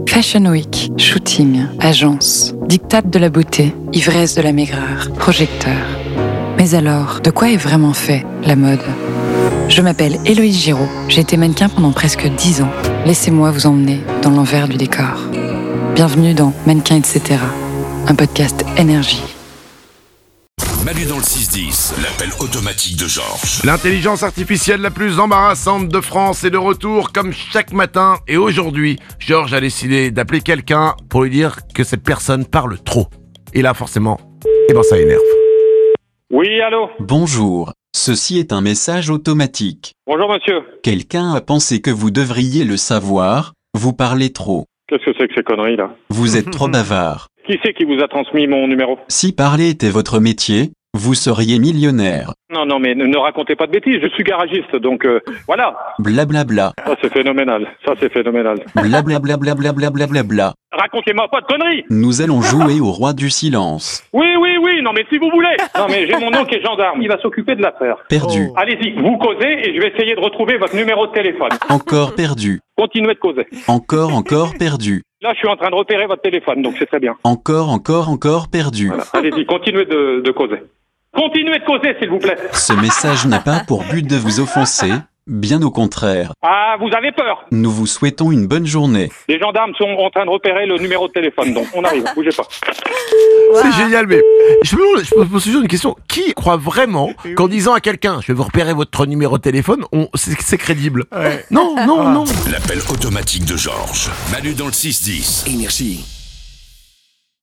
Fashion Week, shooting, agence, diktat de la beauté, ivresse de la maigreur, projecteur. Mais alors, de quoi est vraiment fait la mode ? Je m'appelle Héloïse Giraud, j'ai été mannequin pendant presque 10 ans. Laissez-moi vous emmener dans l'envers du décor. Bienvenue dans Mannequin etc., un podcast énergie. Manu dans le 6-10, l'appel automatique de Georges. L'intelligence artificielle la plus embarrassante de France est de retour comme chaque matin. Et aujourd'hui, Georges a décidé d'appeler quelqu'un pour lui dire que cette personne parle trop. Et là, forcément, ça énerve. Oui, allô ? Bonjour, ceci est un message automatique. Bonjour monsieur. Quelqu'un a pensé que vous devriez le savoir, vous parlez trop. Qu'est-ce que c'est que ces conneries là ? Vous êtes trop bavard. Qui c'est qui vous a transmis mon numéro ? Si parler était votre métier, vous seriez millionnaire. Non, mais ne racontez pas de bêtises, je suis garagiste, donc voilà. Blablabla. Ça c'est phénoménal, Blablabla. Racontez-moi pas de conneries. Nous allons jouer au roi du silence. Oui, non mais si vous voulez. Non mais j'ai mon oncle qui est gendarme, il va s'occuper de l'affaire. Perdu. Allez-y, vous causez et je vais essayer de retrouver votre numéro de téléphone. Encore perdu. Continuez de causer. Encore perdu. Là je suis en train de repérer votre téléphone, donc c'est très bien. Encore perdu. Voilà. Allez-y, continuez de causer. Continuez de causer, s'il vous plaît. Ce message n'a pas pour but de vous offenser, bien au contraire. Ah, vous avez peur. Nous vous souhaitons une bonne journée. Les gendarmes sont en train de repérer le numéro de téléphone, donc on arrive, bougez pas. C'est génial, mais je me pose toujours une question. Qui croit vraiment qu'en disant à quelqu'un « Je vais vous repérer votre numéro de téléphone », c'est crédible ? Non. L'appel automatique de Georges. Manu dans le 6-10. Énergie.